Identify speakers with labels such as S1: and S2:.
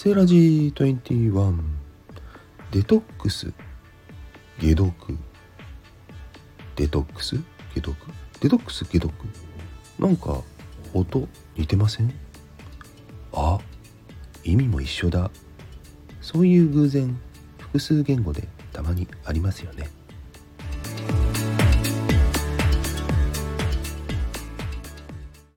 S1: セラジ21デトックス解毒デトックス解毒デトックス解毒なんか音似てません？あ、意味も一緒だ。そういう偶然複数言語でたまにありますよね。